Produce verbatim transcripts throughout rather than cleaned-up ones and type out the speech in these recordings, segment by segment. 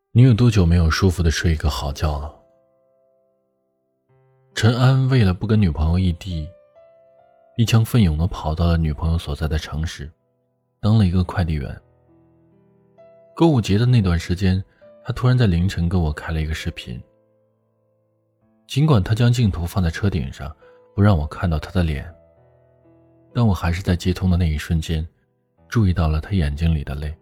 你有多久没有舒服地睡一个好觉了？陈安为了不跟女朋友异地，一腔奋勇地跑到了女朋友所在的城市，当了一个快递员。购物节的那段时间，他突然在凌晨跟我开了一个视频。尽管他将镜头放在车顶上，不让我看到他的脸，但我还是在接通的那一瞬间，注意到了他眼睛里的泪。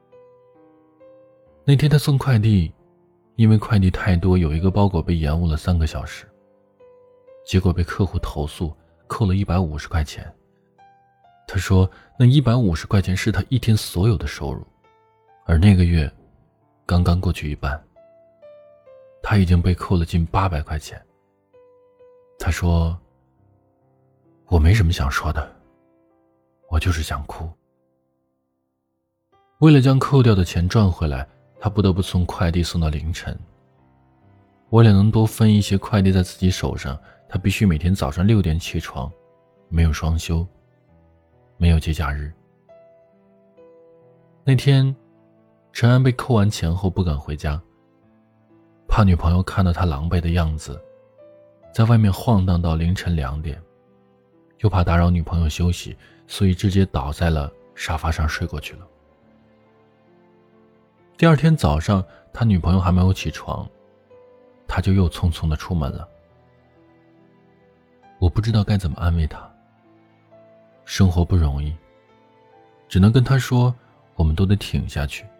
那天他送快递，因为快递太多，有一个包裹被延误了三个小时，结果被客户投诉，扣了一百五十块钱。他说那一百五十块钱是他一天所有的收入，而那个月刚刚过去一半，他已经被扣了近八百块钱。他说，我没什么想说的，我就是想哭。为了将扣掉的钱赚回来，他不得不送快递送到凌晨。为了能多分一些快递在自己手上，他必须每天早上六点起床，没有双休，没有节假日。那天陈安被扣完钱后不敢回家，怕女朋友看到他狼狈的样子，在外面晃荡到凌晨两点，又怕打扰女朋友休息，所以直接倒在了沙发上睡过去了。第二天早上，他女朋友还没有起床，他就又匆匆地出门了。我不知道该怎么安慰他，生活不容易，只能跟他说，我们都得挺下去。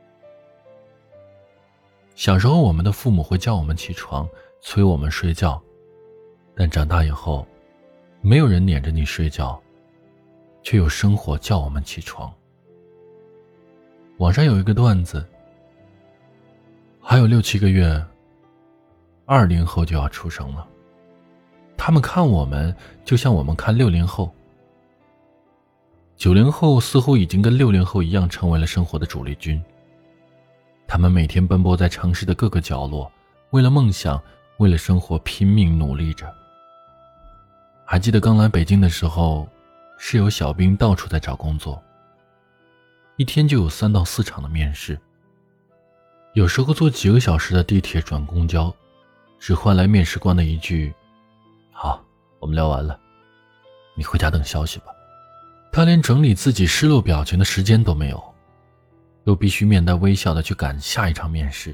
小时候我们的父母会叫我们起床，催我们睡觉，但长大以后，没有人撵着你睡觉，却有生活叫我们起床。网上有一个段子，还有六七个月，二零后就要出生了。他们看我们，就像我们看六零后。九零后似乎已经跟六零后一样，成为了生活的主力军。他们每天奔波在城市的各个角落，为了梦想，为了生活拼命努力着。还记得刚来北京的时候，室友小兵到处在找工作，一天就有三到四场的面试。有时候坐几个小时的地铁转公交，只换来面试官的一句，好，我们聊完了，你回家等消息吧。他连整理自己失落表情的时间都没有，又必须面带微笑的去赶下一场面试。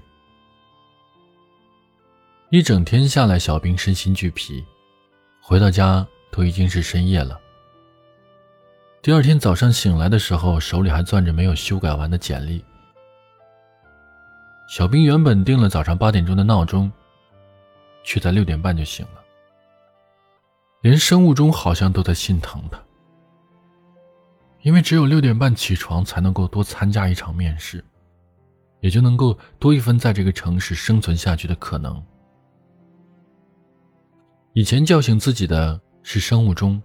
一整天下来，小兵身心俱疲，回到家都已经是深夜了。第二天早上醒来的时候，手里还攥着没有修改完的简历。小兵原本定了早上八点钟的闹钟，却在六点半就醒了。连生物钟好像都在心疼他，因为只有六点半起床才能够多参加一场面试，也就能够多一分在这个城市生存下去的可能。以前叫醒自己的是生物钟，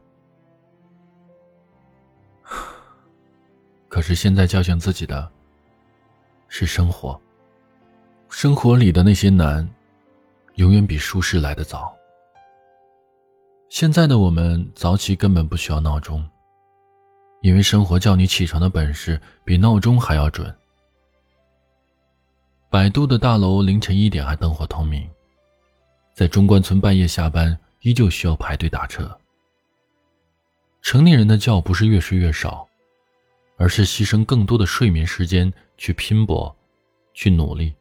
可是现在叫醒自己的是生活。生活里的那些难，永远比舒适来得早。现在的我们早起根本不需要闹钟，因为生活叫你起床的本事比闹钟还要准。百度的大楼凌晨一点还灯火通明，在中关村半夜下班依旧需要排队打车。成年人的觉不是越睡越少，而是牺牲更多的睡眠时间去拼搏，去努力。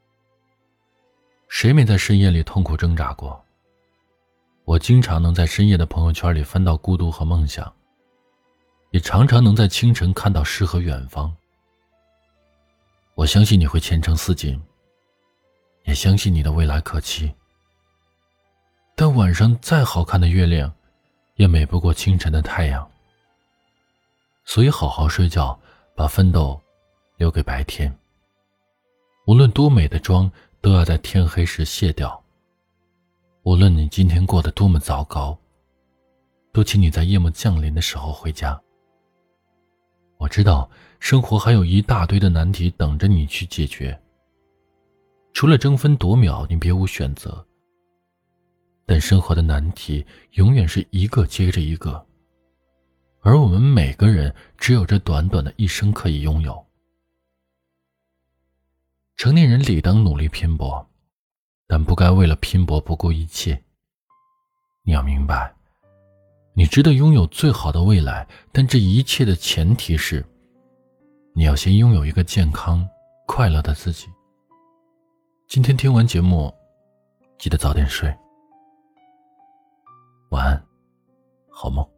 谁没在深夜里痛苦挣扎过？我经常能在深夜的朋友圈里翻到孤独和梦想，也常常能在清晨看到诗和远方。我相信你会前程似锦，也相信你的未来可期。但晚上再好看的月亮，也美不过清晨的太阳。所以好好睡觉，把奋斗留给白天。无论多美的妆，都要在天黑时卸掉。无论你今天过得多么糟糕，都请你在夜幕降临的时候回家。我知道生活还有一大堆的难题等着你去解决，除了争分夺秒，你别无选择。但生活的难题永远是一个接着一个，而我们每个人只有这短短的一生可以拥有。 成年人理当努力拼搏，但不该为了拼搏不顾一切。你要明白，你值得拥有最好的未来，但这一切的前提是，你要先拥有一个健康、快乐的自己。今天听完节目，记得早点睡，晚安，好梦。